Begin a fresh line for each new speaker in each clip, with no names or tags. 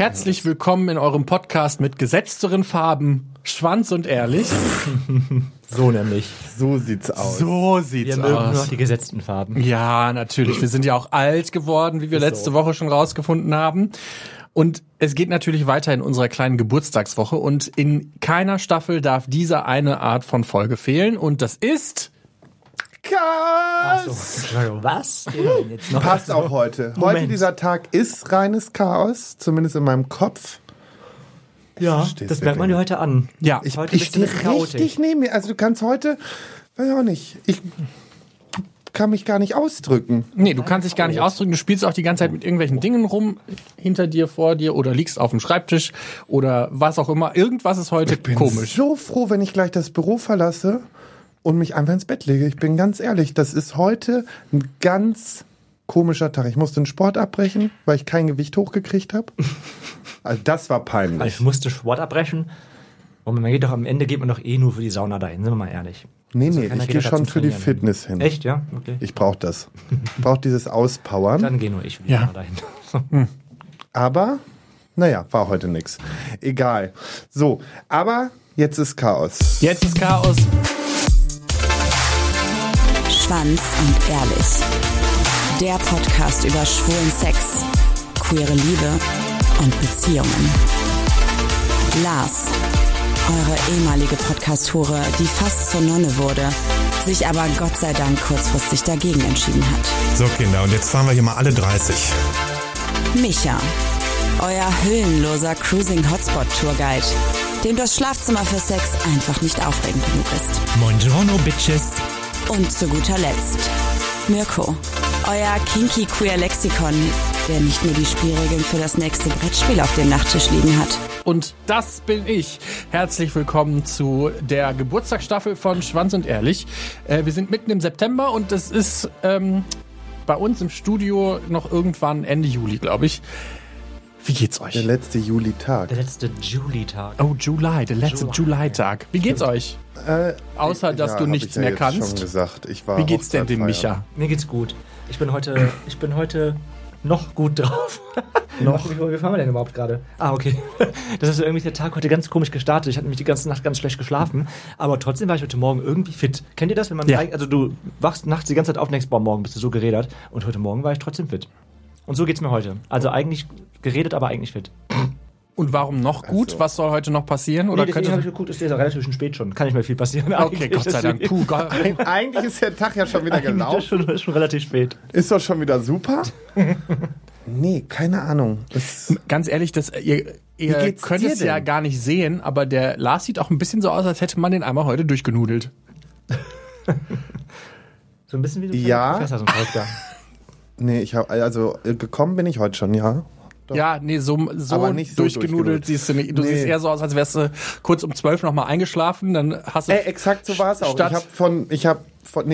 Herzlich willkommen in eurem Podcast mit gesetzteren Farben, Schwanz und Ehrlich.
So nämlich.
So sieht's aus.
So sieht's
Wir mögen
aus.
nur noch die gesetzten Farben.
Ja, natürlich. Wir sind ja auch alt geworden, wie wir letzte Woche schon rausgefunden haben. Und es geht natürlich weiter in unserer kleinen Geburtstagswoche. Und in keiner Staffel darf diese eine Art von Folge fehlen. Und das ist...
Chaos!
Was? Jetzt noch
Passt auch heute.
Moment.
Heute, dieser Tag, ist reines Chaos, zumindest in meinem Kopf.
Ja,
Verstehst
das
du
merkt man
denn?
dir heute an.
Ja,
Heute
Ich
bist du ein
stehe
bisschen
richtig neben mir. Also du kannst heute, weiß ich auch nicht, ich kann mich gar nicht ausdrücken.
Nee, du kannst dich gar nicht ausdrücken. Du spielst auch die ganze Zeit mit irgendwelchen Dingen rum, hinter dir, vor dir oder liegst auf dem Schreibtisch oder was auch immer. Irgendwas ist heute
Ich bin
komisch.
so froh, wenn ich gleich das Büro verlasse und mich einfach ins Bett lege. Ich bin ganz ehrlich, das ist heute ein ganz komischer Tag. Ich musste den Sport abbrechen, weil ich kein Gewicht hochgekriegt habe. Also das war peinlich.
Ich musste Sport abbrechen. Und man geht doch am Ende geht man doch eh nur für die Sauna dahin, sind wir mal ehrlich.
Nee,
Also
nee,
keiner
ich
geht
gehe
da
schon
zum
für die
Trainieren
Fitness hin.
Echt, ja? Okay.
Ich brauche das. Ich brauche dieses Auspowern.
Dann geh nur ich für die
Ja.
Sauna dahin.
Aber, naja, war heute nix. Egal. So, aber jetzt ist Chaos.
Jetzt ist Chaos.
Schwanz und Ehrlich. Der Podcast über schwulen Sex, queere Liebe und Beziehungen. Lars, eure ehemalige Podcast-Hure, die fast zur Nonne wurde, sich aber Gott sei Dank kurzfristig dagegen entschieden hat.
So Kinder, und jetzt fahren wir hier mal alle 30.
Micha, euer hüllenloser Cruising-Hotspot-Tourguide, dem das Schlafzimmer für Sex einfach nicht aufregend genug ist.
Buongiorno, Bitches.
Und zu guter Letzt Mirko, euer kinky queer Lexikon, der nicht nur die Spielregeln für das nächste Brettspiel auf dem Nachttisch liegen hat.
Und das bin ich. Herzlich willkommen zu der Geburtstagsstaffel von Schwanz und Ehrlich. Wir sind mitten im September und es ist bei uns im Studio noch irgendwann Ende Juli, glaube ich. Wie geht's euch?
Der letzte Juli-Tag.
Der letzte Juli-Tag.
Oh, Juli, der letzte Juli-Tag. Wie geht's euch? Außer, dass du
hab
nichts
ich ja
mehr
jetzt
kannst.
Schon gesagt. Ich war
Wie geht's denn dem
Hochzeit feiern.
Micha?
Mir geht's gut. Ich bin heute noch gut drauf.
Noch?
Wie fahren wir denn überhaupt gerade? Ah, okay. Das ist irgendwie der Tag heute ganz komisch gestartet. Ich hatte nämlich die ganze Nacht ganz schlecht geschlafen. Aber trotzdem war ich heute Morgen irgendwie fit. Kennt ihr das? Wenn man
Ja.
also du wachst nachts die ganze Zeit auf, denkst, boah, morgen bist du so gerädert. Und heute Morgen war ich trotzdem fit. Und so geht's mir heute. Also eigentlich geredet, aber eigentlich fit.
Und warum noch gut?
Also.
Was soll heute noch passieren? Oder
Deswegen habe ich
könnte...
geguckt, ist ja relativ spät schon. Kann nicht mehr viel passieren.
Okay,
Eigentlich.
Gott sei Dank.
Deswegen-
Puh, Gott.
Eigentlich ist der Tag ja schon wieder
Das
gelaufen.
ist schon relativ spät.
Ist doch schon wieder super? Nee, keine Ahnung.
Ganz ehrlich, ihr
geht's
könnt
dir
es ja
denn?
gar nicht sehen, aber der Lars sieht auch ein bisschen so aus, als hätte man den einmal heute durchgenudelt.
So ein bisschen wie du
Ja.
Professor, so ein Charakter.
Nee, gekommen bin ich heute schon, ja. Doch.
Ja, nee, so
Aber nicht so
durchgenudelt
durchgenudelt.
siehst du nicht. Du
Nee.
siehst eher so aus, als wärst du kurz um 12 nochmal eingeschlafen, dann hast du...
Exakt so war es auch.
Statt-
Ich habe von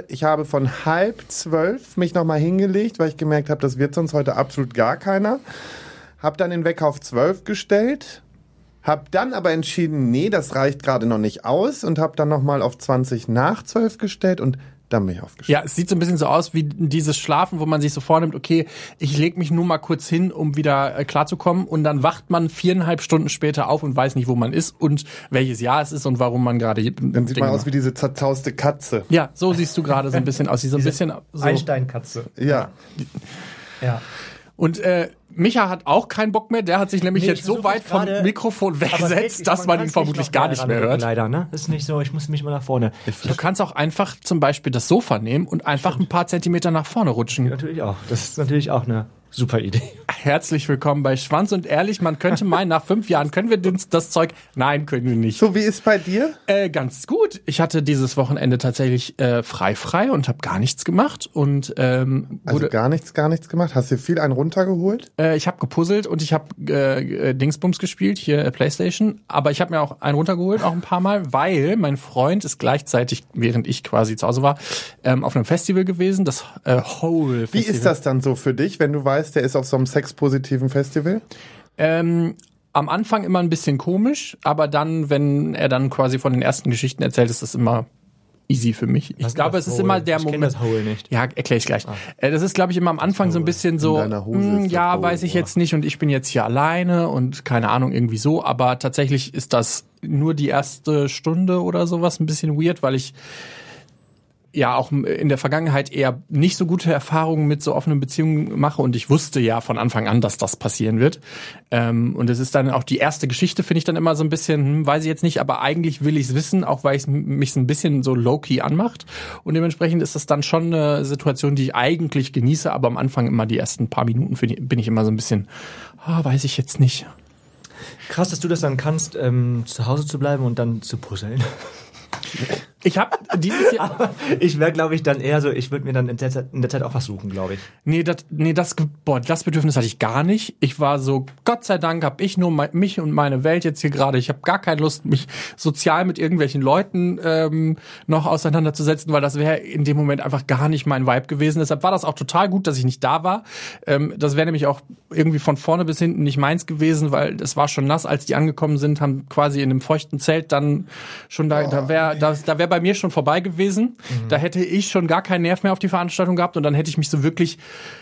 11:30 mich nochmal hingelegt, weil ich gemerkt habe, das wird sonst heute absolut gar keiner. Hab dann den Wecker auf 12 gestellt, hab dann aber entschieden, nee, das reicht gerade noch nicht aus und hab dann nochmal auf 20 nach 12 gestellt und dann bin ich aufgestanden.
Ja, es sieht so ein bisschen so aus wie dieses Schlafen, wo man sich so vornimmt, okay, ich leg mich nur mal kurz hin, um wieder klarzukommen, und dann wacht man 4,5 Stunden später auf und weiß nicht, wo man ist und welches Jahr es ist und warum man gerade...
Dann sieht man aus wie diese zerzauste Katze.
Ja, so siehst du gerade so ein bisschen aus. So ein bisschen so.
Einsteinkatze.
Ja.
Ja.
Und Micha hat auch keinen Bock mehr. Der hat sich nämlich
Nee,
jetzt
ich
so
versuch
weit vom
gerade-
Mikrofon
Aber
weggesetzt, dass man ihn vermutlich gar nicht mehr hört.
Leider, ne? Ist nicht so, ich muss mich mal nach vorne.
Du kannst auch einfach zum Beispiel das Sofa nehmen und einfach ein paar Zentimeter nach vorne rutschen.
Natürlich auch. Das ist natürlich auch eine super Idee.
Herzlich willkommen bei Schwanz und Ehrlich. Man könnte meinen, nach 5 Jahren können wir das Zeug... Nein, können wir nicht.
So, wie ist bei dir?
Ganz gut. Ich hatte dieses Wochenende tatsächlich frei und habe gar nichts gemacht. Und
Also gar nichts gemacht? Hast du viel einen runtergeholt?
ich habe gepuzzelt und ich habe Dingsbums gespielt, hier Playstation. Aber ich habe mir auch einen runtergeholt, auch ein paar Mal, weil mein Freund ist gleichzeitig, während ich quasi zu Hause war, auf einem Festival gewesen, das Whole
Wie
Festival.
ist das dann so für dich, wenn du weißt, der ist auf so einem sexpositiven Festival?
Am Anfang immer ein bisschen komisch, aber dann, wenn er dann quasi von den ersten Geschichten erzählt, ist das immer easy für mich. Ich glaube, es ist immer der Moment.
Ich kenne das Hole nicht.
Ja, erkläre ich gleich. Das ist, glaube ich, immer am Anfang so ein bisschen so,
deiner Hose ist
ja,
das Hole,
weiß ich jetzt nicht und ich bin jetzt hier alleine und keine Ahnung, irgendwie so. Aber tatsächlich ist das nur die erste Stunde oder sowas ein bisschen weird, weil ich ja auch in der Vergangenheit eher nicht so gute Erfahrungen mit so offenen Beziehungen mache und ich wusste ja von Anfang an, dass das passieren wird. Und es ist dann auch die erste Geschichte, finde ich dann immer so ein bisschen, weiß ich jetzt nicht, aber eigentlich will ich es wissen, auch weil es mich so ein bisschen so low-key anmacht. Und dementsprechend ist das dann schon eine Situation, die ich eigentlich genieße, aber am Anfang immer die ersten paar Minuten bin ich immer so ein bisschen, weiß ich jetzt nicht.
Krass, dass du das dann kannst, zu Hause zu bleiben und dann zu puzzeln.
Ich habe dieses Jahr...
Aber ich wäre, glaube ich, dann eher so, ich würde mir dann in der Zeit auch was suchen, glaube ich.
Das Bedürfnis hatte ich gar nicht. Ich war so, Gott sei Dank habe ich nur mich und meine Welt jetzt hier gerade. Ich habe gar keine Lust, mich sozial mit irgendwelchen Leuten noch auseinanderzusetzen, weil das wäre in dem Moment einfach gar nicht mein Vibe gewesen. Deshalb war das auch total gut, dass ich nicht da war. Das wäre nämlich auch irgendwie von vorne bis hinten nicht meins gewesen, weil es war schon nass, als die angekommen sind, haben quasi in einem feuchten Zelt dann schon da wäre bei mir schon vorbei gewesen. Da hätte ich schon gar keinen Nerv mehr auf die Veranstaltung gehabt und dann hätte ich mich so wirklich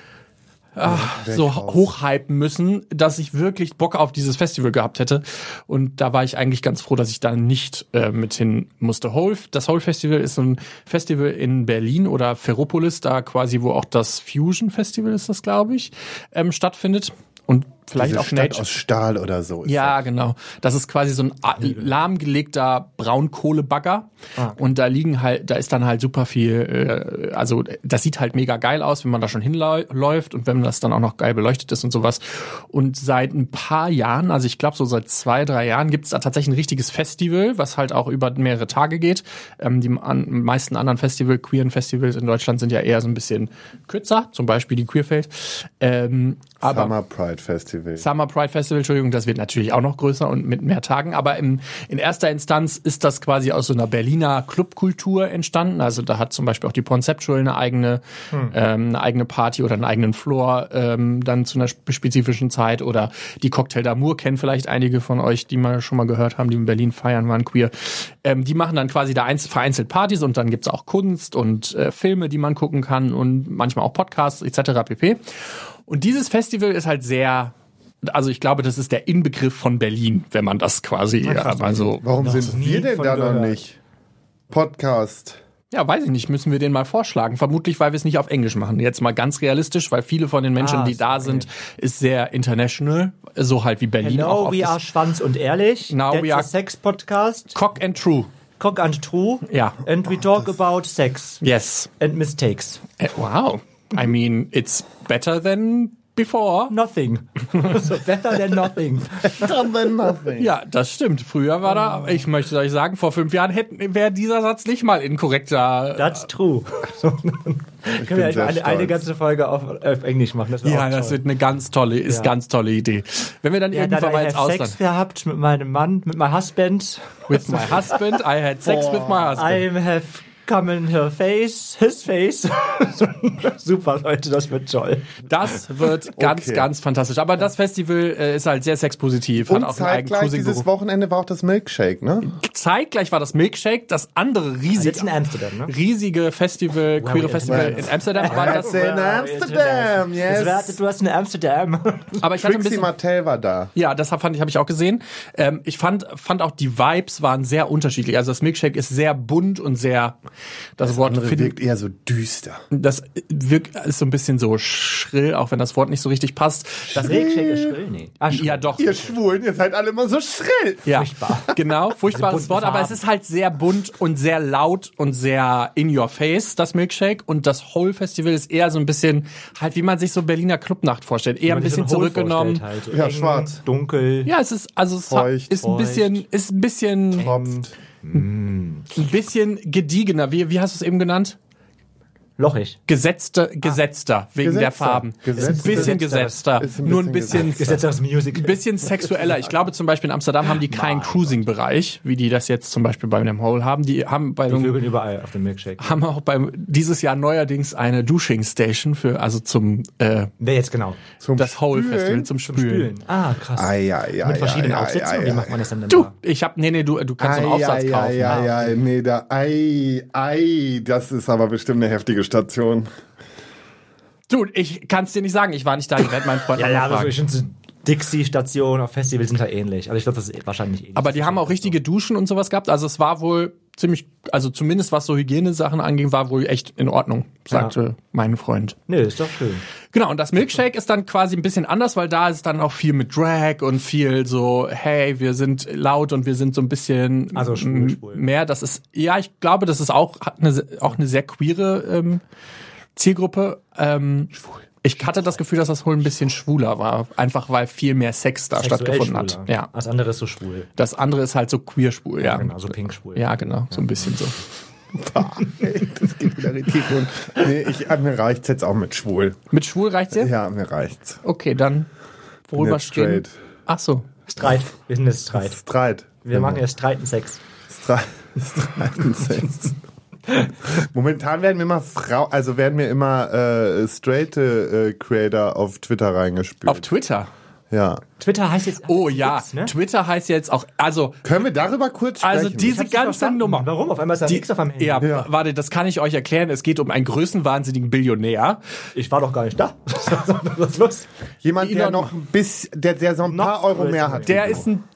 so hochhypen müssen, dass ich wirklich Bock auf dieses Festival gehabt hätte. Und da war ich eigentlich ganz froh, dass ich da nicht mit hin musste. Das Hole Festival ist so ein Festival in Berlin oder Ferropolis, da quasi, wo auch das Fusion Festival ist das, glaube ich, stattfindet. Und vielleicht
diese
auch
Stadt
Nature.
aus Stahl oder so.
Ja, genau. Das ist quasi so ein lahmgelegter Braunkohlebagger. Und da ist dann halt super viel, also das sieht halt mega geil aus, wenn man da schon hinläuft und wenn das dann auch noch geil beleuchtet ist und sowas. Und seit ein paar Jahren, also ich glaube so seit 2-3 Jahren, gibt es da tatsächlich ein richtiges Festival, was halt auch über mehrere Tage geht. Die meisten anderen queeren Festivals in Deutschland sind ja eher so ein bisschen kürzer, zum Beispiel die Queerfeld. Aber
Summer Pride Festival.
Summer Pride Festival, Entschuldigung, das wird natürlich auch noch größer und mit mehr Tagen, aber in erster Instanz ist das quasi aus so einer Berliner Clubkultur entstanden, also da hat zum Beispiel auch die Conceptual eine eigene Party oder einen eigenen Floor dann zu einer spezifischen Zeit oder die Cocktail d'Amour kennen vielleicht einige von euch, die mal schon mal gehört haben, die in Berlin feiern, waren queer. Die machen dann quasi da vereinzelt Partys und dann gibt's auch Kunst und Filme, die man gucken kann und manchmal auch Podcasts etc. pp. Und dieses Festival ist halt sehr, also ich glaube, das ist der Inbegriff von Berlin, wenn man das quasi mal so...
Warum sind wir denn da noch nicht? Podcast.
Ja, weiß ich nicht, müssen wir den mal vorschlagen. Vermutlich, weil wir es nicht auf Englisch machen. Jetzt mal ganz realistisch, weil viele von den Menschen, die da sind, ist sehr international, so halt wie Berlin.
Hello, we are Schwanz und Ehrlich.
Now we are
Sex Podcast.
Cock and True.
Cock and True.
Ja.
And we talk about sex.
Yes.
And mistakes.
Wow. I mean, it's better than before.
Nothing. So better than nothing.
Better than nothing.
Ja, das stimmt. Früher war da, ich möchte euch sagen, vor 5 Jahren wäre dieser Satz nicht mal inkorrekter.
That's true. So, können wir eine ganze Folge auf Englisch machen. Das
ja, das wird eine ganz tolle Idee. Wenn wir dann irgendwann mal ins Ausland...
Sex gehabt mit meinem Mann, mit my husband.
With my husband, I had sex with my husband.
I have come in his face. Super, Leute, das wird toll.
Das wird ganz fantastisch. Aber das Festival ist halt sehr sexpositiv.
Und
hat auch einen eigenen
zeitgleich dieses Wochenende war auch das Milkshake, ne?
Zeitgleich war das Milkshake, das andere
Jetzt in Amsterdam, ne?
riesige Festival, queere Festival in Amsterdam. War das,
in Amsterdam, yes.
Du hast in Amsterdam.
aber ich hatte ein
Trixie
bisschen,
Mattel war da.
ja, das habe ich auch gesehen. Ich fand auch die Vibes waren sehr unterschiedlich. Also das Milkshake ist sehr bunt und sehr, das Wort
wirkt eher so düster.
Das ist so ein bisschen so schrill, auch wenn das Wort nicht so richtig passt. Das
Milkshake ist schrill, nee.
Ja, doch.
Ihr Schwulen, ihr seid alle immer so schrill.
Ja,
Furchtbar.
Genau, furchtbares Wort, aber es ist halt sehr bunt und sehr laut und sehr in your face, das Milkshake. Und das Hole Festival ist eher so ein bisschen, halt wie man sich so Berliner Clubnacht vorstellt. Eher ein bisschen zurückgenommen.
Halt. So
Ja,
eng,
schwarz.
Dunkel.
Ja, es ist, also es
Feucht.
ist ein bisschen
Tropft.
ein bisschen gediegener. Wie hast du es eben genannt?
Lochig.
Gesetzter, wegen
Gesetzter.
der Farben.
Gesetzter.
Ist ein bisschen gesetzter.
Ist ein
Nur ein
bisschen
bisschen,
Gesetzteres Music.
ein bisschen sexueller. Ich glaube zum Beispiel in Amsterdam haben die keinen Cruising-Bereich, wie die das jetzt zum Beispiel bei einem Hole haben. Die haben bei
Die Vögel überall auf dem Milkshake.
haben auch dieses Jahr neuerdings eine Dushing-Station zum
Wer jetzt genau?
das Hole
Spülen?
Festival zum Spülen.
Ah, krass. Mit verschiedenen Outfits? Wie macht man das denn
Du,
da?
du kannst so einen Aufsatz kaufen.
Das ist aber bestimmt eine heftige Station.
Du, ich kann es dir nicht sagen. Ich war nicht da. Ich werde meinen Freund noch mal
aber
fragen.
ich finde so Dixie-Stationen auf Festivals sind da ähnlich. Also ich glaube, das ist wahrscheinlich ähnlich.
Aber die haben auch richtige Duschen und sowas gehabt. Also es war wohl zumindest was so Hygienesachen anging, war wohl echt in Ordnung, sagte mein Freund.
Nee, ist doch schön.
Genau, und das Milkshake ist dann quasi ein bisschen anders, weil da ist dann auch viel mit Drag und viel so, hey, wir sind laut und wir sind so ein bisschen
Also schwul.
mehr. Das ist, ja, ich glaube, das ist auch eine sehr queere Zielgruppe. Ich hatte das Gefühl, dass das wohl ein bisschen schwuler war, einfach weil viel mehr Sex da
Sexuell
stattgefunden hat.
schwuler.
Ja.
Das andere ist so schwul.
Das andere ist halt so queer-schwul, ja.
Genau, so pink-schwul.
Ja, genau, so ein bisschen so.
Das geht wieder richtig rund. Nee, mir reicht's jetzt auch mit schwul.
Mit schwul reicht's jetzt?
Ja, mir reicht's.
Okay, dann worüber
Nicht
stehen?
straight.
Ach so.
Streit. Wir sind jetzt Streit.
Streit.
Wir machen jetzt Streiten-Sex.
Streitensex. Momentan werden mir immer straighte Creator auf Twitter reingespült.
Auf Twitter?
Ja.
Twitter heißt jetzt
Oh ja,
X, ne?
Twitter heißt jetzt auch, also
Können wir darüber kurz sprechen?
Also diese
Ich hab's nicht
ganze
verstanden.
Nummer.
Warum? Auf einmal ist da X auf meinem Handy.
Ja, warte, das kann ich euch erklären. Es geht um einen größenwahnsinnigen Billionär.
Ich war doch gar nicht da. Was ist los?
Jemand, der
Elon-
noch der so ein paar Euro mehr hat.
Der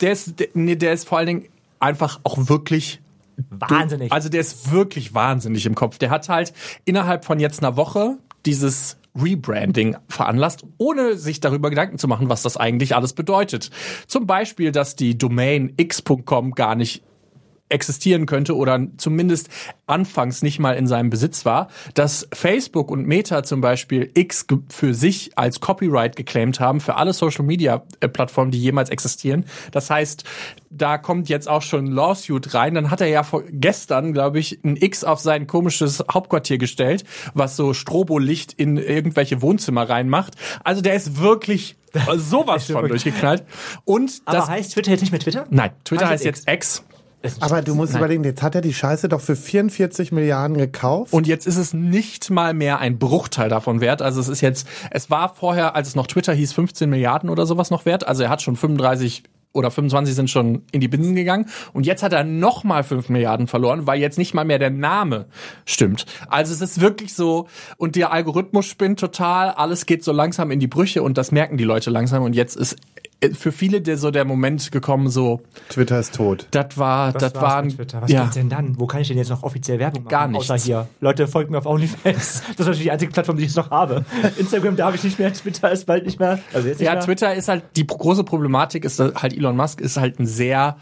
ist vor allen Dingen einfach auch wirklich
Wahnsinnig.
Also der ist wirklich wahnsinnig im Kopf. Der hat halt innerhalb von jetzt einer Woche dieses Rebranding veranlasst, ohne sich darüber Gedanken zu machen, was das eigentlich alles bedeutet. Zum Beispiel, dass die Domain x.com gar nicht existieren könnte oder zumindest anfangs nicht mal in seinem Besitz war, dass Facebook und Meta zum Beispiel X für sich als Copyright geclaimt haben für alle Social-Media-Plattformen, die jemals existieren. Das heißt, da kommt jetzt auch schon ein Lawsuit rein. Dann hat er ja gestern, glaube ich, ein X auf sein komisches Hauptquartier gestellt, was so Strobolicht in irgendwelche Wohnzimmer reinmacht. Also der ist wirklich sowas von durchgeknallt. Und
Aber
das
heißt Twitter jetzt nicht mehr Twitter?
Nein, Twitter heißt
X.
jetzt X.
Aber du musst überlegen, jetzt hat er die Scheiße doch für 44 Milliarden gekauft.
Und jetzt ist es nicht mal mehr ein Bruchteil davon wert. Also es war vorher, als es noch Twitter hieß, 15 Milliarden oder sowas noch wert. Also er hat schon 35 oder 25 sind schon in die Binsen gegangen. Und jetzt hat er nochmal 5 Milliarden verloren, weil jetzt nicht mal mehr der Name stimmt. Also es ist wirklich so, und der Algorithmus spinnt total, alles geht so langsam in die Brüche und das merken die Leute langsam. Und jetzt ist für viele der Moment gekommen, so
Twitter ist tot.
das war
Was gibt's denn dann? Wo kann ich denn jetzt noch offiziell Werbung machen?
Gar nichts.
Außer hier. Leute, folgt mir auf OnlyFans. Das ist natürlich die einzige Plattform, die ich jetzt noch habe. Instagram darf ich nicht mehr, Twitter ist bald nicht mehr. Also jetzt nicht
Ja,
mehr.
Twitter ist halt, die große Problematik ist halt, Elon Musk ist halt ein sehr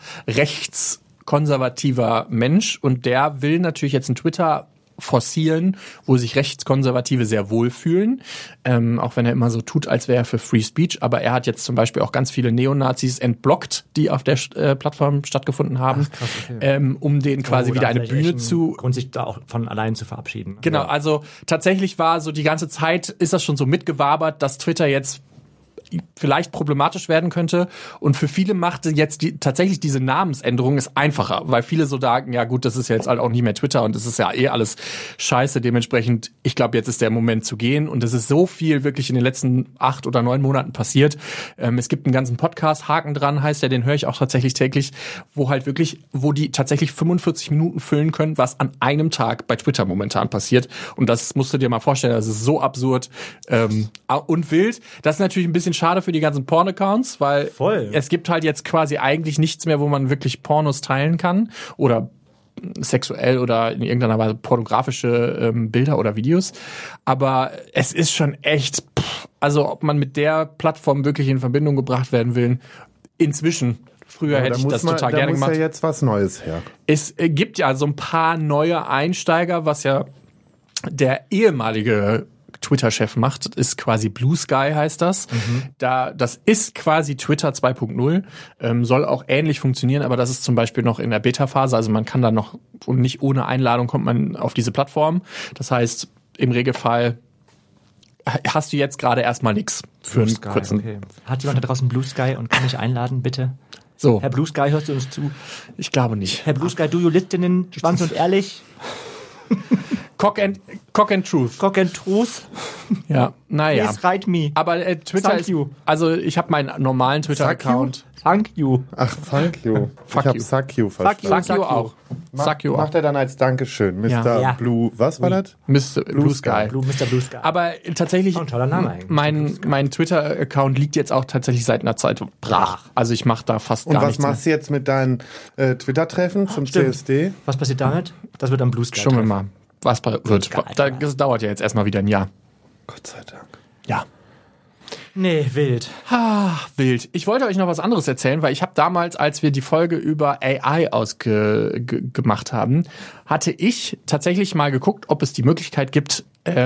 rechtskonservativer Mensch und der will natürlich jetzt ein Twitter forcieren, wo sich Rechtskonservative sehr wohlfühlen, auch wenn er immer so tut, als wäre er für Free Speech, aber er hat jetzt zum Beispiel auch ganz viele Neonazis entblockt, die auf der Plattform stattgefunden haben,
Ach, krass, okay.
Um denen quasi wieder eine Bühne zu
Grund, sich da auch von allein zu verabschieden.
Genau, also tatsächlich war so die ganze Zeit, ist das schon so mitgewabert, dass Twitter jetzt vielleicht problematisch werden könnte. Und für viele machte jetzt tatsächlich diese Namensänderung ist einfacher, weil viele so sagen, ja gut, das ist ja jetzt halt auch nicht mehr Twitter und das ist ja alles scheiße. Dementsprechend, ich glaube, jetzt ist der Moment zu gehen. Und es ist so viel wirklich in den letzten 8 oder 9 Monaten passiert. Es gibt einen ganzen Podcast, Haken dran heißt der, den höre ich auch tatsächlich täglich, wo die tatsächlich 45 Minuten füllen können, was an einem Tag bei Twitter momentan passiert. Und das musst du dir mal vorstellen, das ist so absurd und wild. Das ist natürlich ein bisschen schade für die ganzen Porn-Accounts, weil
Voll.
Es gibt halt jetzt quasi eigentlich nichts mehr, wo man wirklich Pornos teilen kann oder sexuell oder in irgendeiner Weise pornografische Bilder oder Videos. Aber es ist schon echt, also ob man mit der Plattform wirklich in Verbindung gebracht werden will, inzwischen. Früher hätte ich das total gerne gemacht.
Da muss ja jetzt was Neues her.
Es gibt ja so ein paar neue Einsteiger, was ja der ehemalige Twitter-Chef macht, ist quasi Blue Sky heißt das. Das ist quasi Twitter 2.0, soll auch ähnlich funktionieren, aber das ist zum Beispiel noch in der Beta-Phase, also man kann da noch und nicht ohne Einladung kommt man auf diese Plattform. Das heißt, im Regelfall hast du jetzt gerade erstmal nichts für einen kurzen.
Okay. Hat jemand da draußen Blue Sky und kann mich einladen, bitte?
So,
Herr Blue Sky, hörst du uns zu?
ich glaube nicht.
Herr Blue Sky, do you listen, Schwanz und ehrlich?
Cock and Truth.
Cock and Truth?
Ja, naja.
Please write me.
Aber Twitter
Thank
ist,
you.
also ich habe meinen normalen Twitter-Account.
Thank you.
Ach, thank you.
Fuck
ich hab
you.
Suck you verstanden.
Suck you auch. Suck you auch.
Macht er dann als Dankeschön. Mr.
Ja.
Blue, was war das?
Mr. Blue Sky.
Mr. Blue Sky.
Aber tatsächlich,
Ein toller Name eigentlich.
mein Twitter-Account liegt jetzt auch tatsächlich seit einer Zeit brach. Also ich mache da fast
Und
gar
was
nichts mehr.
machst du jetzt mit deinen Twitter-Treffen zum
Stimmt.
CSD?
Was passiert damit? Das wird am Blue Sky.
Schauen wir mal, was wird.
Sky.
Das dauert ja jetzt erstmal wieder ein Jahr.
Gott sei Dank.
Ja.
Nee, wild.
Wild. Ich wollte euch noch was anderes erzählen, weil ich habe damals, als wir die Folge über AI gemacht haben, hatte ich tatsächlich mal geguckt, ob es die Möglichkeit gibt,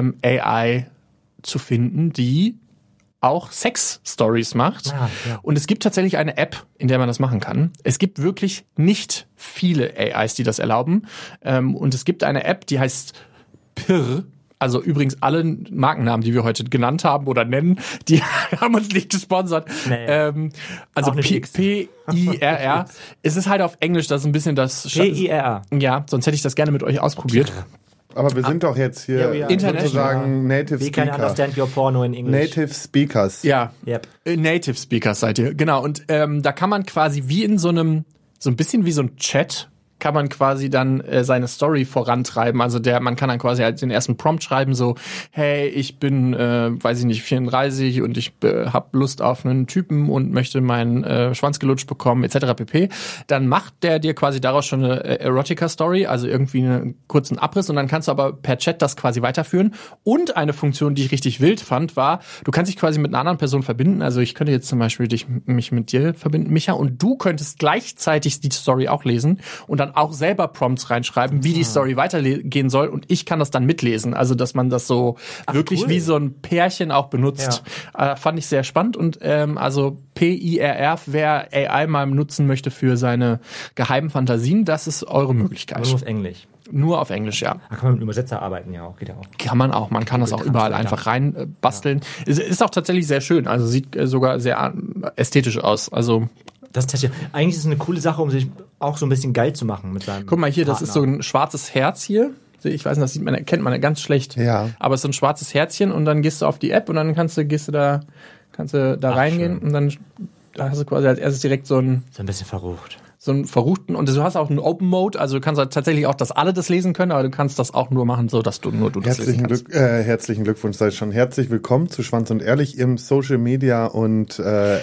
AI zu finden, die auch Sex-Stories macht.
Ah, ja.
Und es gibt tatsächlich eine App, in der man das machen kann. Es gibt wirklich nicht viele AIs, die das erlauben. Und es gibt eine App, die heißt Pirr. Also übrigens alle Markennamen, die wir heute genannt haben oder nennen, die haben uns nicht gesponsert.
Nee.
Also
Auch nicht X.
P-I-R-R. Es ist halt auf Englisch, das ist ein bisschen das...
P-I-R-R.
Ja, sonst hätte ich das gerne mit euch ausprobiert.
Aber wir sind doch jetzt hier
Ja,
International.
sozusagen Native
We can
Speaker.
understand your porno in English.
Native Speakers.
Ja,
Yep.
Native Speakers seid ihr. Genau, und da kann man quasi wie in so ein bisschen wie so ein Chat, kann man quasi dann seine Story vorantreiben. Also man kann dann quasi halt den ersten Prompt schreiben, so, hey, ich bin, weiß ich nicht, 34 und ich hab Lust auf einen Typen und möchte meinen Schwanz gelutscht bekommen, etc. pp. Dann macht der dir quasi daraus schon eine Erotica-Story, also irgendwie einen kurzen Abriss, und dann kannst du aber per Chat das quasi weiterführen. Und eine Funktion, die ich richtig wild fand, war, du kannst dich quasi mit einer anderen Person verbinden. Also ich könnte jetzt zum Beispiel mich mit dir verbinden, Micha, und du könntest gleichzeitig die Story auch lesen und dann auch selber Prompts reinschreiben, wie die Story weitergehen soll, und ich kann das dann mitlesen. Also, dass man das so wirklich
cool.
wie so ein Pärchen auch benutzt. Fand ich sehr spannend, und also PIRR, wer AI mal nutzen möchte für seine geheimen Fantasien, das ist eure Möglichkeit.
Aber nur auf Englisch.
Nur auf Englisch, ja.
Da kann man mit Übersetzer arbeiten, ja auch. Geht ja auch.
Kann man auch. Man kann das auch überall einfach rein basteln. Es ist auch tatsächlich sehr schön. Also sieht sogar sehr ästhetisch aus. Also
Das ist tatsächlich, eigentlich ist es eine coole Sache, um sich auch so ein bisschen geil zu machen mit seinem
guck mal hier, das
Partner.
ist so ein schwarzes Herz hier. Ich weiß nicht, das kennt man ganz schlecht.
Ja.
Aber es ist so ein schwarzes Herzchen, und dann gehst du auf die App und dann kannst du da reingehen,
schön.
und dann hast du quasi als erstes direkt so einen
verrucht.
verruchten, und du hast auch einen Open Mode, also du kannst halt tatsächlich auch, dass alle das lesen können, aber du kannst das auch nur machen, so dass du das lesen kannst.
Herzlichen Glückwunsch, seid schon herzlich willkommen zu Schwanz und Ehrlich im Social Media und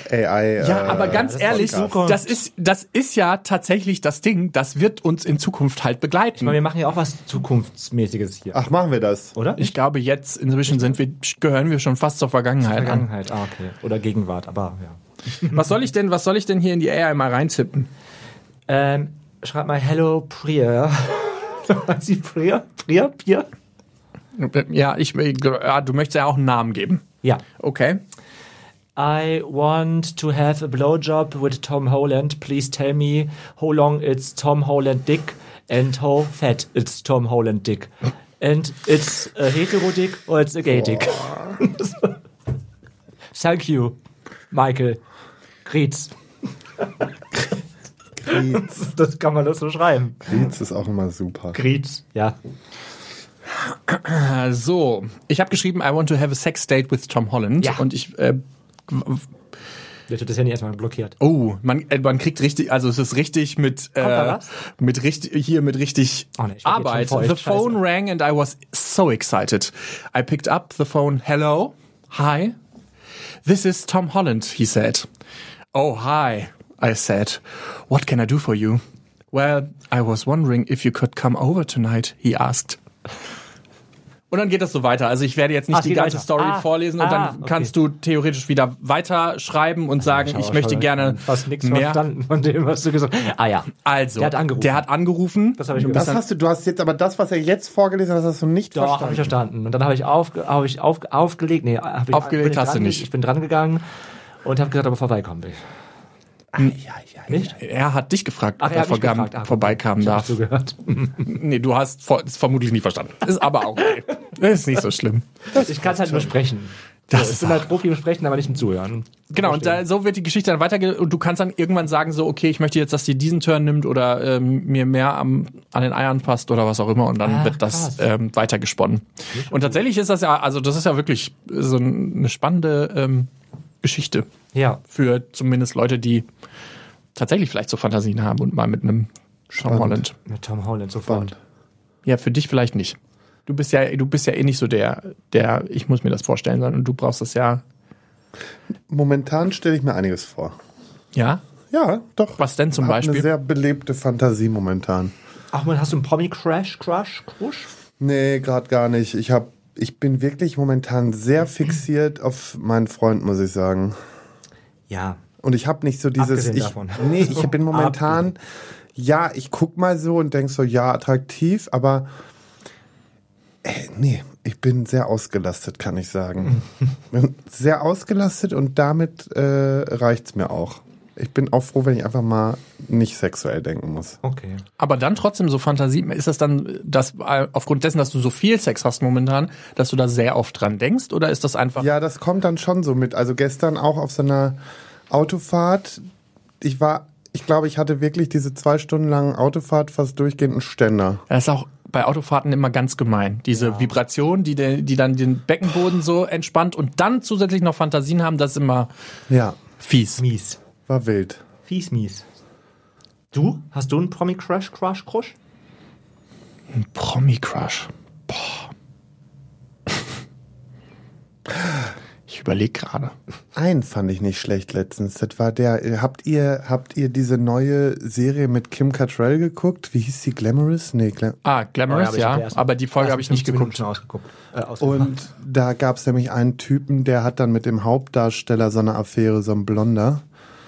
AI.
Ja, aber ganz ehrlich, das ist ja tatsächlich das Ding, das wird uns in Zukunft halt begleiten.
Ich meine, wir machen ja auch was Zukunftsmäßiges hier.
Ach, machen wir das?
Oder?
Ich glaube, jetzt inzwischen gehören wir schon fast zur Vergangenheit an.
Vergangenheit, okay. Oder Gegenwart, aber ja.
Was soll ich denn hier in die AI mal reintippen?
Schreib mal Hello Priya. Was sie Priya? Priya?
Ja, du möchtest ja auch einen Namen geben.
Ja.
Okay.
I want to have a blowjob with Tom Holland. Please tell me how long it's Tom Holland dick and how fat it's Tom Holland dick. And it's a hetero dick or it's a gay dick. Thank you, Michael. Grietz.
Grietz.
Das kann man doch so schreiben.
Grietz ist auch immer super.
Grietz, ja.
So, ich habe geschrieben, I want to have a sex date with Tom Holland.
Ja.
Und ich
Der tut das ja nicht erstmal blockiert.
oh, man kriegt richtig, also es ist richtig mit
da was?
mit richtig
Oh nee, ich werd
Arbeit.
jetzt schon feucht,
The phone
scheiße.
rang and I was so excited. I picked up the phone. Hello, hi, this is Tom Holland, he said. Oh, hi, I said. What can I do for you? Well, I was wondering if you could come over tonight, he asked. Und dann geht das so weiter. Also ich werde jetzt nicht
es
die
geht
ganze
weiter.
Story vorlesen, und dann
okay.
kannst du theoretisch wieder weiterschreiben und sagen, ich möchte gerne
fast nichts
mehr.
verstanden von dem, was du gesagt hast. Ah ja.
Also,
Der hat angerufen.
Das
habe ich
Das hast du hast jetzt aber das, was er jetzt vorgelesen hat, hast du nicht
Doch, habe ich verstanden. Und dann habe ich aufgelegt. Nee,
Aufgelegt hast du nicht.
Ich bin dran gegangen und habe gesagt, ob er vorbeikommen will. Nicht?
Er hat dich gefragt, ob
er
er
hat mich gefragt.
vorbeikommen
Ich hab
darf.
zugehört.
Nee, du hast es vermutlich nie verstanden. Ist aber auch okay. Das ist nicht so schlimm.
Ich kann es halt nur sprechen. Ich bin halt Profi im Sprechen, aber nicht im Zuhören.
Genau, und so wird die Geschichte dann weitergehen und du kannst dann irgendwann sagen so, okay, ich möchte jetzt, dass die diesen Turn nimmt oder mir mehr an den Eiern passt oder was auch immer und dann wird das weitergesponnen. Und tatsächlich ist das ja, also das ist ja wirklich so eine spannende Geschichte.
Ja.
Für zumindest Leute, die tatsächlich vielleicht so Fantasien haben und mal mit einem Tom Holland.
Mit Tom Holland sofort.
Ja, für dich vielleicht nicht. Du bist ja eh nicht so der, ich muss mir das vorstellen, sondern du brauchst das ja.
Momentan stelle ich mir einiges vor.
Ja?
Ja, doch.
Was denn zum Beispiel?
Eine sehr belebte Fantasie momentan.
Ach man, hast du einen Promi-Crush?
Nee, gerade gar nicht. Ich bin wirklich momentan sehr fixiert auf meinen Freund, muss ich sagen.
Ja.
Und ich habe nicht so dieses...
Abgesehen davon.
Nee, ich bin momentan... Ja, ich guck mal so und denk so, ja, attraktiv, aber... nee, ich bin sehr ausgelastet, kann ich sagen. Bin sehr ausgelastet und damit reicht's mir auch. Ich bin auch froh, wenn ich einfach mal nicht sexuell denken muss.
Okay.
Aber dann trotzdem so Fantasie, ist das dann, dass aufgrund dessen, dass du so viel Sex hast momentan, dass du da sehr oft dran denkst oder ist das einfach...
Ja, das kommt dann schon so mit. Also gestern auch auf so einer Autofahrt, ich glaube, ich hatte wirklich diese 2 Stunden langen Autofahrt fast durchgehend einen Ständer.
Das ist auch bei Autofahrten immer ganz gemein. Diese Vibration, die dann den Beckenboden so entspannt und dann zusätzlich noch Fantasien haben, das ist immer fies.
Mies.
War wild.
Fies, mies. Du? Hast du einen Promi-Crush?
Ein Promi-Crush. Boah. Ich überlege gerade.
Einen fand ich nicht schlecht letztens. Das war der, habt ihr diese neue Serie mit Kim Cattrall geguckt? Wie hieß die? Glamorous? Nee,
Glamorous, aber die Folge habe ich nicht geguckt.
Und da gab es nämlich einen Typen, der hat dann mit dem Hauptdarsteller so eine Affäre, so ein Blonder.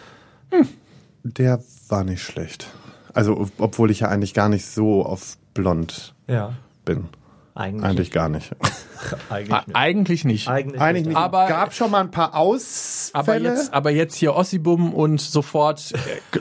Der war nicht schlecht. Also, obwohl ich ja eigentlich gar nicht so auf blond bin. Eigentlich gar nicht.
Eigentlich nicht.
Eigentlich nicht.
Aber
gab schon mal ein paar Ausfälle.
Aber jetzt hier Ossibum und sofort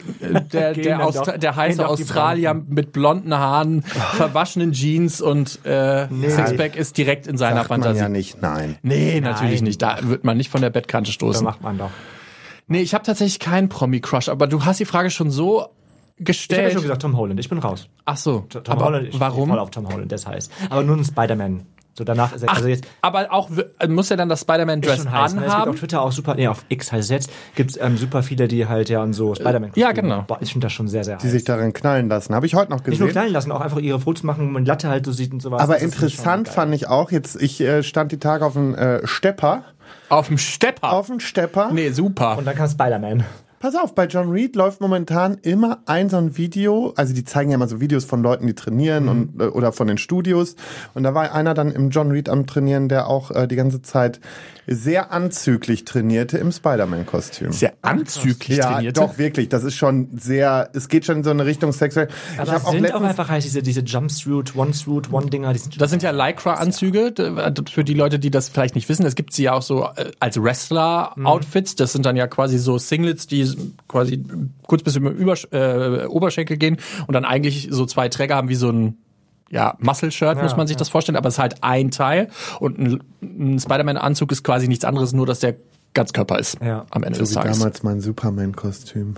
der heiße Australier mit blonden Haaren, verwaschenen Jeans und Sixpack ist direkt in seiner Fantasie.
Man ja nicht, nein.
Nee, natürlich nicht. Da wird man nicht von der Bettkante stoßen.
Das macht man doch.
Nee, ich habe tatsächlich keinen Promi-Crush, aber du hast die Frage schon so gestellt.
Ich habe schon gesagt Tom Holland, ich bin raus.
Ach so.
Tom Holland, ich
warum?
bin voll auf Tom Holland, das heißt. Aber nur ein Spider-Man. So danach ist er, also jetzt
aber auch muss er dann das Spider-Man-Dress anhaben?
Es gibt auf Twitter auch auf X heißt es jetzt, gibt's super viele, die halt und so Spider-Man.
Ja, genau.
Boah, ich finde das schon sehr, sehr heiß.
Die sich darin knallen lassen. Habe ich heute noch gesehen.
Nicht nur knallen lassen, auch einfach ihre Fotos machen, wo man Latte halt so sieht und sowas.
Aber interessant fand ich auch, ich stand die Tage auf dem Stepper.
Auf dem Stepper?
Auf dem Stepper.
Nee, super.
Und dann kam Spider-Man.
Pass auf, bei John Reed läuft momentan immer so ein Video, also die zeigen ja immer so Videos von Leuten, die trainieren und oder von den Studios. Und da war einer dann im John Reed am Trainieren, der auch die ganze Zeit sehr anzüglich trainierte im Spider-Man-Kostüm.
Sehr anzüglich trainierte?
Ja, doch, wirklich. Das ist schon es geht schon in so eine Richtung sexuell.
Aber es sind auch einfach heißt diese Jumpsuit, One-Dinger.
Das sind ja Lycra-Anzüge, für die Leute, die das vielleicht nicht wissen. Es gibt sie ja auch so als Wrestler-Outfits. Das sind dann ja quasi so Singlets, die quasi kurz bis über Oberschenkel gehen und dann eigentlich so 2 Träger haben wie so ein Muscle-Shirt, muss man sich das vorstellen, aber es ist halt ein Teil und ein Spider-Man-Anzug ist quasi nichts anderes, nur dass der Ganzkörper ist am Ende des Tages.
Damals mein Superman-Kostüm.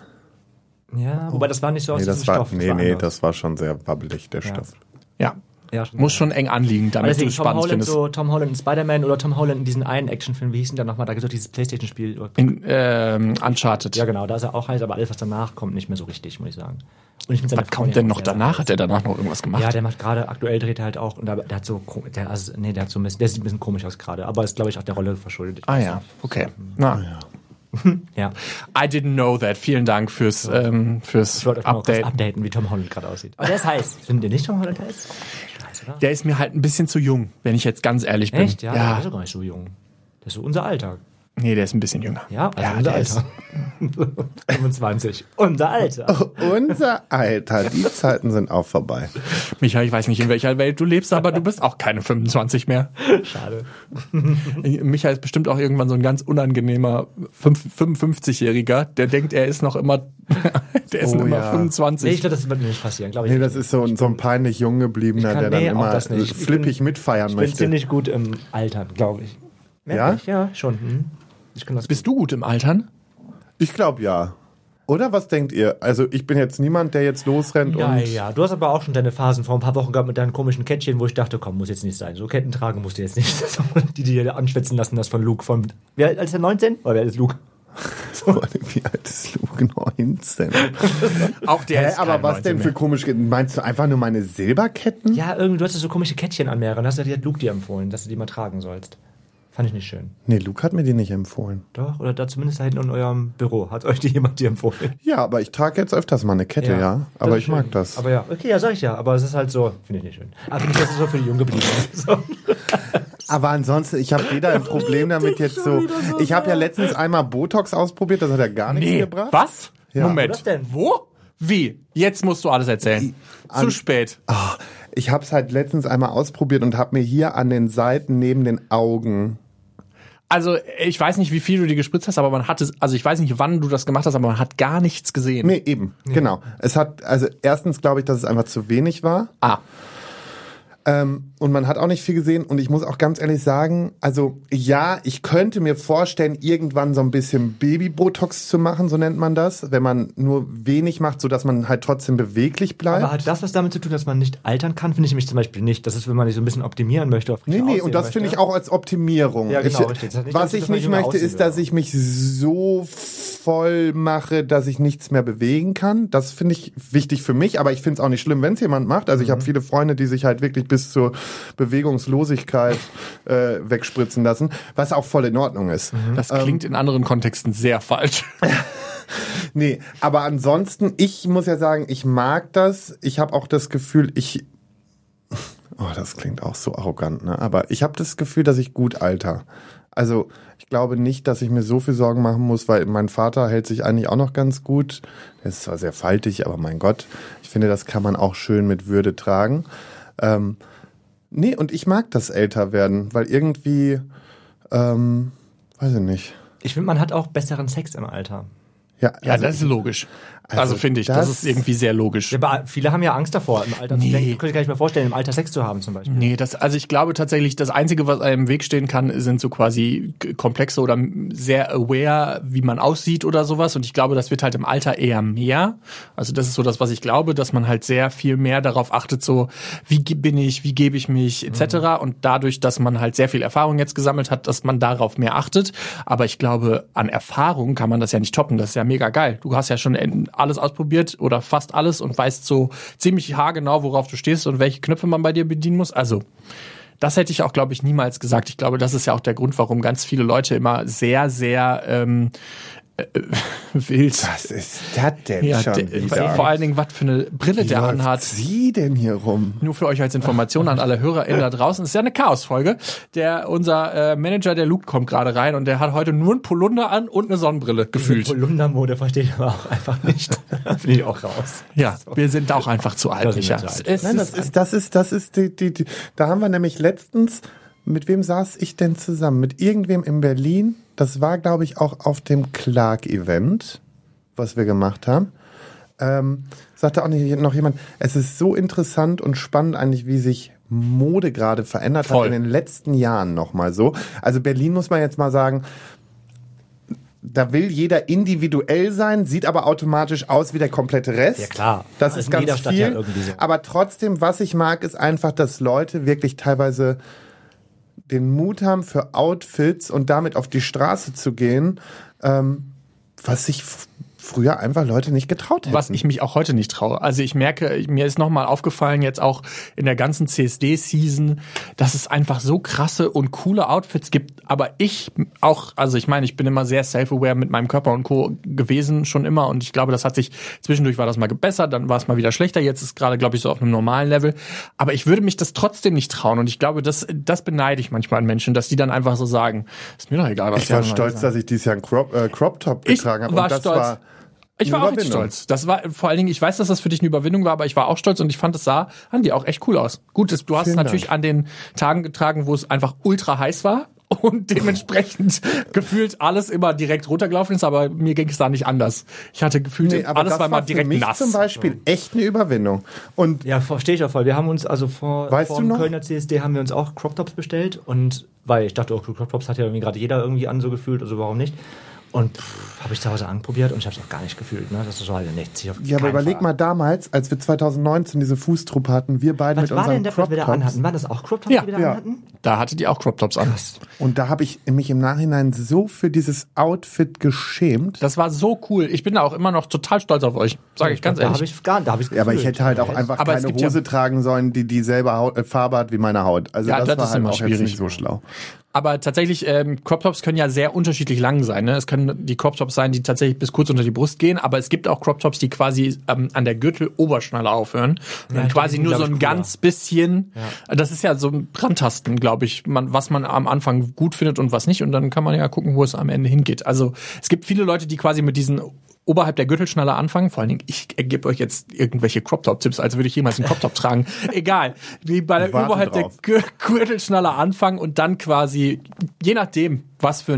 Ja, wobei das war nicht so aus
diesem
Stoff.
Das war schon sehr wabbelig, der Stoff.
Ja. Muss schon eng anliegen, damit du es spannend findest.
So Tom Holland in Spider-Man oder Tom Holland in diesen einen Actionfilm, wie hieß denn der nochmal? Da gibt es doch dieses Playstation-Spiel.
Uncharted.
Ja, genau, da ist er auch heiß, aber alles, was danach kommt, nicht mehr so richtig, muss ich sagen. Und ich finde
was kommt denn noch danach? Hat er danach noch irgendwas gemacht?
Ja, der macht gerade, aktuell dreht er halt auch, und der hat so, der sieht ein bisschen komisch aus gerade, aber ist, glaube ich, auch der Rolle verschuldet.
Ah ja, okay. Na.
Ja.
I didn't know that. Vielen Dank fürs
Ich wollte euch
Update.
mal updaten, wie Tom Holland gerade aussieht. Aber der ist heiß. Findet ihr nicht Tom Holland heiß? Oder?
Der ist mir halt ein bisschen zu jung, wenn ich jetzt ganz ehrlich bin.
Echt? Ja, der ist doch gar nicht so jung. Der ist so unser Alter.
Nee, der ist ein bisschen jünger.
Ja, also
Ja,
unser
der ist-
Alter. 25. Unser Alter.
Unser Alter, die Zeiten sind auch vorbei.
Micha, ich weiß nicht, in welcher Welt du lebst, aber du bist auch keine 25 mehr.
Schade.
Micha ist bestimmt auch irgendwann so ein ganz unangenehmer 55-Jähriger, der denkt, er ist noch immer, der ist
Oh
noch immer
ja.
25.
Nee, ich glaube, das wird mir nicht passieren, glaube ich.
Nee, das ist so ein peinlich jung gebliebener,
Ich kann-
der dann
nee, auch
immer
das nicht. Ich
flippig
bin-
mitfeiern
Ich bin
möchte.
ziemlich gut im Altern, glaube ich.
Ja?
Ja, schon. Ich kann das
Bist du gut im Altern?
Ich glaube ja. Oder was denkt ihr? Also ich bin jetzt niemand, der jetzt losrennt
Ja,
und...
ja. Du hast aber auch schon deine Phasen vor ein paar Wochen gehabt mit deinen komischen Kettchen, wo ich dachte, komm, muss jetzt nicht sein. So Ketten tragen musst du jetzt nicht. Die dir anschwätzen lassen, das von Luke. Wie alt ist der, 19? Oder wer alt ist Luke?
Wie alt ist Luke? 19.
Auch der ist
aber
kein
was
19
denn
mehr.
für komische... Meinst du einfach nur meine Silberketten?
Ja, irgendwie, du hattest so komische Kettchen an mehreren. Das hat Luke dir empfohlen, dass du die mal tragen sollst. Fand ich nicht schön.
Nee, Luke hat mir die nicht empfohlen.
Doch, oder da zumindest da hinten in eurem Büro. Hat euch die jemand dir empfohlen?
Ja, aber ich trage jetzt öfters mal eine Kette, ja. Aber
Das
ich
ist
mag
schön.
das.
Aber ja, okay, ja, sag ich ja. Aber es ist halt so, finde ich nicht schön. Aber finde ich, das ist so für die Junggebliebenen. So.
Aber ansonsten, ich habe weder ein Problem damit jetzt so... Ich habe ja letztens einmal Botox ausprobiert, das hat ja gar nichts
Nee,
gebracht.
was?
Ja.
Moment.
Was denn?
Wo? Wie? Jetzt musst du alles erzählen. Zu spät.
Ah, ich habe es halt letztens einmal ausprobiert und habe mir hier an den Seiten neben den Augen...
Also, ich weiß nicht, wie viel du dir gespritzt hast, aber man hat es, also ich weiß nicht, wann du das gemacht hast, aber man hat gar nichts gesehen.
Nee, eben, genau. Es hat, also erstens glaube ich, dass es einfach zu wenig war.
Ah.
Und man hat auch nicht viel gesehen. Und ich muss auch ganz ehrlich sagen, also ja, ich könnte mir vorstellen, irgendwann so ein bisschen Baby-Botox zu machen, so nennt man das. Wenn man nur wenig macht, sodass man halt trotzdem beweglich bleibt.
Aber hat das was damit zu tun, dass man nicht altern kann? Finde ich nämlich zum Beispiel nicht. Das ist, wenn man sich so ein bisschen optimieren möchte. Auf
Nee, und das finde ich auch als Optimierung.
Ja, genau, richtig. Das hat nicht damit
Was
zu
ich
tun, dass man
nicht
jünger
möchte,
aussehen
ist, dass
will.
ich mich so voll mache, dass ich nichts mehr bewegen kann. Das finde ich wichtig für mich, aber ich finde es auch nicht schlimm, wenn es jemand macht. Also ich habe viele Freunde, die sich halt wirklich bis zur Bewegungslosigkeit wegspritzen lassen, was auch voll in Ordnung ist.
Das klingt in anderen Kontexten sehr falsch.
Nee, aber ansonsten, ich muss ja sagen, ich mag das. Ich habe auch das Gefühl, oh, das klingt auch so arrogant, ne? Aber ich habe das Gefühl, dass ich gut alter. Also ich glaube nicht, dass ich mir so viel Sorgen machen muss, weil mein Vater hält sich eigentlich auch noch ganz gut. Der ist zwar sehr faltig, aber mein Gott, ich finde, das kann man auch schön mit Würde tragen. Nee, und ich mag das Älterwerden, weil irgendwie, weiß ich nicht.
Ich finde, man hat auch besseren Sex im Alter.
Ja,
Ja,
also
das ist logisch. Also finde ich, das
das-
ist irgendwie sehr logisch.
Ja, aber viele haben ja Angst davor, im Alter zu denken. Könnte ich gar nicht mehr vorstellen, im Alter Sex zu haben zum Beispiel.
Nee, also ich glaube tatsächlich, das Einzige, was einem im Weg stehen kann, sind so quasi Komplexe oder sehr aware, wie man aussieht oder sowas. Und ich glaube, das wird halt im Alter eher mehr. Also das ist so das, was ich glaube, dass man halt sehr viel mehr darauf achtet, so wie bin ich, wie gebe ich mich etc. Und dadurch, dass man halt sehr viel Erfahrung jetzt gesammelt hat, dass man darauf mehr achtet. Aber ich glaube, an Erfahrung kann man das ja nicht toppen. Das ist ja mega geil. Du hast ja schon alles ausprobiert oder fast alles und weißt so ziemlich haargenau, worauf du stehst und welche Knöpfe man bei dir bedienen muss. Also das hätte ich auch, glaube ich, niemals gesagt. Ich glaube, das ist ja auch der Grund, warum ganz viele Leute immer sehr, sehr wild.
Was ist das denn
Ja,
schon wieder?
vor allen Dingen, was für eine Brille der
läuft
anhat.
sie denn hier rum?
Nur für euch als Information an alle HörerInnen da draußen. Das ist ja eine Chaos-Folge. Unser Manager, der Luke, kommt gerade rein und der hat heute nur ein Polunder an und eine Sonnenbrille gefühlt.
Polundermode verstehe ich aber auch einfach nicht. Finde ich auch raus.
Ja, wir sind auch einfach zu alt,
Das sind
Micha.
wir zu alt.
Es
Nein,
ist-
das ist die. Da haben wir nämlich letztens, mit wem saß ich denn zusammen? Mit irgendwem in Berlin. Das war, glaube ich, auch auf dem Clark-Event, was wir gemacht haben. Sagte auch nicht noch jemand, es ist so interessant und spannend eigentlich, wie sich Mode gerade verändert
Voll.
hat in den letzten Jahren nochmal so. Also Berlin muss man jetzt mal sagen, da will jeder individuell sein, sieht aber automatisch aus wie der komplette Rest.
Ja, klar.
Das
Also
ist
in
ganz
jeder Stadt
viel.
ja irgendwie so.
Aber trotzdem, was ich mag, ist einfach, dass Leute wirklich teilweise den Mut haben für Outfits und damit auf die Straße zu gehen, was ich früher einfach Leute nicht getraut hätten.
Was ich mich auch heute nicht traue. Also ich merke, mir ist nochmal aufgefallen, jetzt auch in der ganzen CSD-Season, dass es einfach so krasse und coole Outfits gibt. Aber ich auch, also ich meine, ich bin immer sehr self-aware mit meinem Körper und Co. gewesen, schon immer. Und ich glaube, das hat sich, zwischendurch war das mal gebessert, dann war es mal wieder schlechter. Jetzt ist gerade, glaube ich, so auf einem normalen Level. Aber ich würde mich das trotzdem nicht trauen. Und ich glaube, das beneide ich manchmal an Menschen, dass die dann einfach so sagen, ist mir doch egal, was
ich war stolz, dass ich dieses Jahr einen Crop-Top getragen habe.
Ich war stolz. Ich war auch richtig stolz. Das war vor allen Dingen, ich weiß, dass das für dich eine Überwindung war, aber ich war auch stolz und ich fand, es sah an dir auch echt cool aus. Gut, du hast es natürlich an den Tagen getragen, wo es einfach ultra heiß war und dementsprechend gefühlt alles immer direkt runtergelaufen ist, aber mir ging es da nicht anders. Ich hatte gefühlt, alles war mal direkt nass.
Das war zum Beispiel echt eine Überwindung. Und
ja, verstehe ich auch voll. Wir haben uns also vor dem Kölner CSD haben wir uns auch Crop Tops bestellt und weil ich dachte, Crop Tops hat ja irgendwie gerade jeder irgendwie an so gefühlt, also warum nicht? Und habe ich zu Hause anprobiert und ich habe es auch gar nicht gefühlt. Ne? Das ist so halt nichts.
Ja, aber überleg mal damals, als wir 2019 diese Fußtruppe hatten, wir beide mit unseren Crop Tops.
War das auch Crop Tops, die wir da anhatten?
Da hattet ihr auch Crop Tops an.
Und da habe ich mich im Nachhinein so für dieses Outfit geschämt.
Das war so cool. Ich bin da auch immer noch total stolz auf euch. Sage ich ganz ehrlich.
Ja, aber ich hätte halt auch einfach keine Hose tragen sollen, die dieselbe Farbe hat wie meine Haut. Also ja, das war halt auch jetzt nicht so schlau.
Aber tatsächlich, Crop Tops können ja sehr unterschiedlich lang sein. Ne? Es können die Crop Tops sein, die tatsächlich bis kurz unter die Brust gehen, aber es gibt auch Crop Tops, die quasi an der Gürteloberschnalle aufhören. Und dann quasi nur so ein ganz bisschen, das ist ja so ein Brandtasten, glaube ich, was man am Anfang gut findet und was nicht. Und dann kann man ja gucken, wo es am Ende hingeht. Also es gibt viele Leute, die quasi mit diesen oberhalb der Gürtelschnalle anfangen. Vor allen Dingen, ich gebe euch jetzt irgendwelche Crop-Top-Tipps, als würde ich jemals einen Crop-Top tragen. Egal. Die bei der oberhalb der Gürtelschnalle anfangen und dann quasi, je nachdem, was für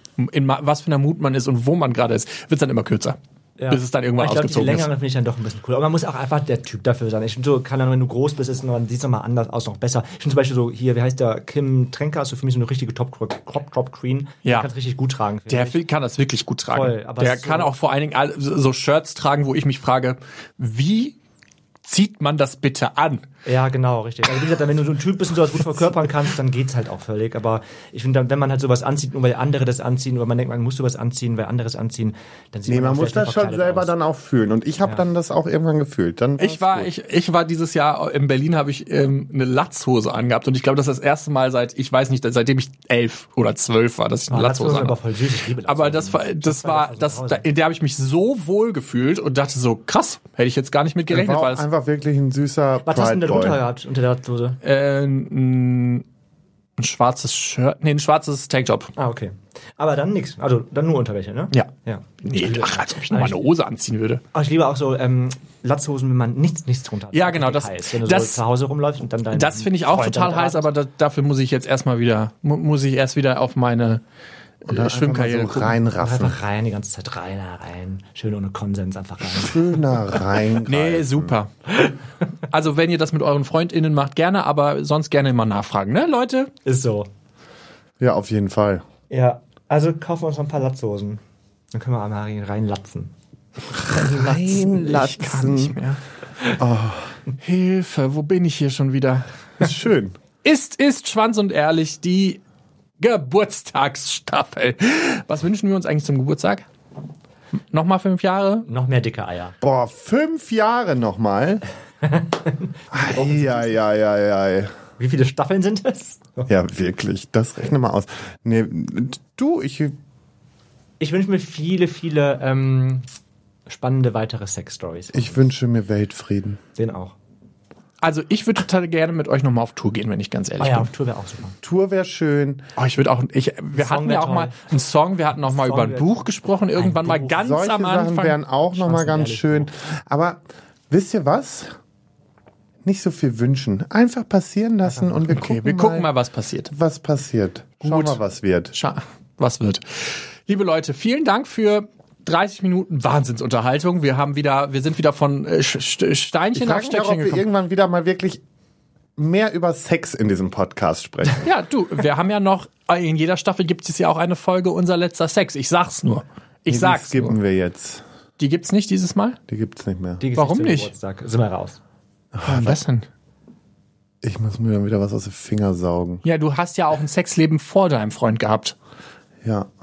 einer Mut man ist und wo man gerade ist, wird es dann immer kürzer. Ja. Bis es dann irgendwann ausgezogen ist. Die längeren
finde ich dann doch ein bisschen cooler. Aber man muss auch einfach der Typ dafür sein. Ich finde so, wenn du groß bist, sieht es nochmal anders aus, noch besser. Ich finde zum Beispiel so, hier, wie heißt der, Kim Tränker, ist so für mich so eine richtige Top-Crop-Queen.
Ja.
Der kann es richtig gut tragen.
Der kann das wirklich gut tragen. Voll, aber der kann auch vor allen Dingen so Shirts tragen, wo ich mich frage, wie zieht man das bitte an?
Ja, genau, richtig. Also wie gesagt, wenn du so ein Typ bist und sowas gut verkörpern kannst, dann geht's halt auch völlig. Aber ich finde, wenn man halt sowas anzieht, nur weil andere das anziehen, oder man denkt, man muss sowas anziehen, weil andere es anziehen, dann sieht man
muss das schon selber dann auch fühlen. Und ich habe dann das auch irgendwann gefühlt. Dann
ich war dieses Jahr in Berlin, habe ich eine Latzhose angehabt und ich glaube, das ist das erste Mal seitdem ich 11 oder 12 war, dass ich eine Latzhose anhabe.
Aber voll süß, ich liebe Latzhosen.
Aber in der habe ich mich so wohl gefühlt und dachte so, krass, hätte ich jetzt gar nicht mit gerechnet.
War einfach wirklich ein süßer
Was hast du denn da drunter gehabt, unter der Latzhose?
Ein schwarzes Shirt, ein schwarzes Tanktop.
Ah, okay. Aber dann nix, also dann nur Unterwäsche, ne?
Ja. Nee, als ob ich nochmal eine Hose anziehen würde.
Aber ich liebe auch so Latzhosen, wenn man nichts drunter hat.
Ja, genau.
Heiß, wenn du so zu Hause rumläufst und dann
das finde ich auch total heiß, aber dafür muss ich jetzt erstmal wieder, wieder auf meine Schwimmkarriere
so reinraffen.
Einfach rein, die ganze Zeit rein. Schön ohne Konsens, einfach rein.
Schöner rein.
Nee, super. Also wenn ihr das mit euren FreundInnen macht, gerne, aber sonst gerne immer nachfragen, ne, Leute?
Ist so.
Ja, auf jeden Fall.
Ja, also kaufen wir uns noch ein paar Latzhosen. Dann können wir einmal reinlatzen.
Reinlatzen. Ich kann nicht mehr. Oh. Hilfe, wo bin ich hier schon wieder?
Ist schön.
Ist Schwanz und Ehrlich die Geburtstagsstaffel. Was wünschen wir uns eigentlich zum Geburtstag? Nochmal 5 Jahre?
Noch mehr dicke Eier.
Boah, 5 Jahre nochmal? Ja.
Wie viele Staffeln sind das?
Ja, wirklich. Das rechne mal aus. Nee,
ich wünsche mir viele spannende weitere Sex-Stories.
Ich wünsche mir Weltfrieden.
Den auch.
Also ich würde total gerne mit euch nochmal auf Tour gehen, wenn ich ganz ehrlich bin.
Auf Tour wäre auch super.
Tour wäre schön.
Oh, wir hatten ja auch mal einen Song, wir hatten auch mal über ein Buch gesprochen, irgendwann mal ganz
Solche
am Anfang.
Sachen wären auch nochmal ganz schön. Aber wisst ihr was? Nicht so viel wünschen. Einfach passieren lassen und wir gucken
mal, was passiert.
Was passiert. Schauen wir mal, was wird.
Was wird. Liebe Leute, vielen Dank für 30 Minuten Wahnsinnsunterhaltung. Wir sind wieder von Steinchen auf Stöckchen gekommen.
Ob wir irgendwann wieder mal wirklich mehr über Sex in diesem Podcast sprechen.
Ja, wir haben ja noch, in jeder Staffel gibt es ja auch eine Folge Unser letzter Sex. Ich sag's nur.
Die skippen wir jetzt.
Die gibt's nicht dieses Mal?
Die gibt's nicht mehr.
Warum nicht?
Geburtstag. Sind wir raus.
Was denn?
Ich muss mir dann wieder was aus den Fingern saugen.
Ja, du hast ja auch ein Sexleben vor deinem Freund gehabt.
Ja.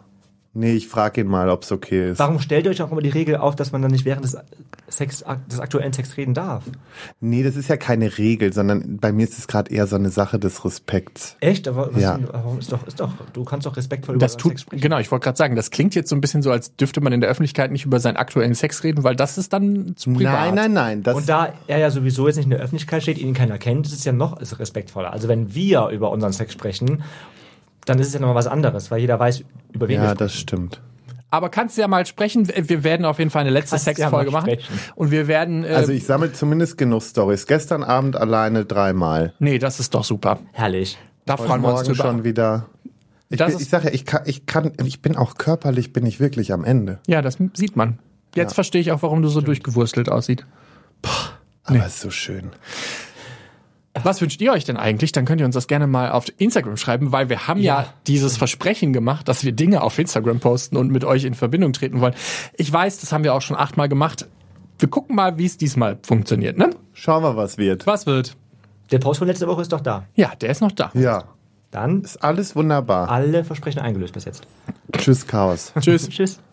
Nee, ich frage ihn mal, ob es okay ist.
Warum stellt ihr euch auch immer die Regel auf, dass man dann nicht während des aktuellen Sex reden darf?
Nee, das ist ja keine Regel, sondern bei mir ist es gerade eher so eine Sache des Respekts.
Echt? Aber
Ja.
warum ist doch, du kannst doch respektvoll über
Das
Sex
tut,
sprechen.
genau, ich wollte gerade sagen, das klingt jetzt so ein bisschen so, als dürfte man in der Öffentlichkeit nicht über seinen aktuellen Sex reden, weil das ist dann zu privat.
Nein. Das
Und da er ja sowieso jetzt nicht in der Öffentlichkeit steht, ihn keiner kennt, ist es ja noch respektvoller. Also wenn wir über unseren Sex sprechen, dann ist es ja nochmal was anderes, weil jeder weiß, über wen wir
ja,
sprechen.
das stimmt.
Aber kannst du ja mal sprechen. Wir werden auf jeden Fall eine letzte
Kannst ja
Sexfolge
mal
machen.
sprechen.
Und wir werden.
Also ich sammle zumindest Genuss-Stories. Gestern Abend alleine 3-mal.
Nee, das ist doch super.
Herrlich.
Da
Heute
freuen wir uns
Morgen
drüber.
schon wieder. Ich sage ja, ich bin auch körperlich, bin ich wirklich am Ende.
Ja, das sieht man. Jetzt verstehe ich auch, warum du so durchgewurstelt aussieht.
Aber es ist so schön.
Was wünscht ihr euch denn eigentlich? Dann könnt ihr uns das gerne mal auf Instagram schreiben, weil wir haben ja dieses Versprechen gemacht, dass wir Dinge auf Instagram posten und mit euch in Verbindung treten wollen. Ich weiß, das haben wir auch schon 8-mal gemacht. Wir gucken mal, wie es diesmal funktioniert, ne?
Schauen wir, was wird.
Was wird?
Der Post von letzter Woche ist doch da.
Ja, der ist noch da.
Ja,
Dann
ist alles wunderbar.
alle Versprechen eingelöst bis jetzt.
Tschüss, Chaos.
Tschüss.
Tschüss.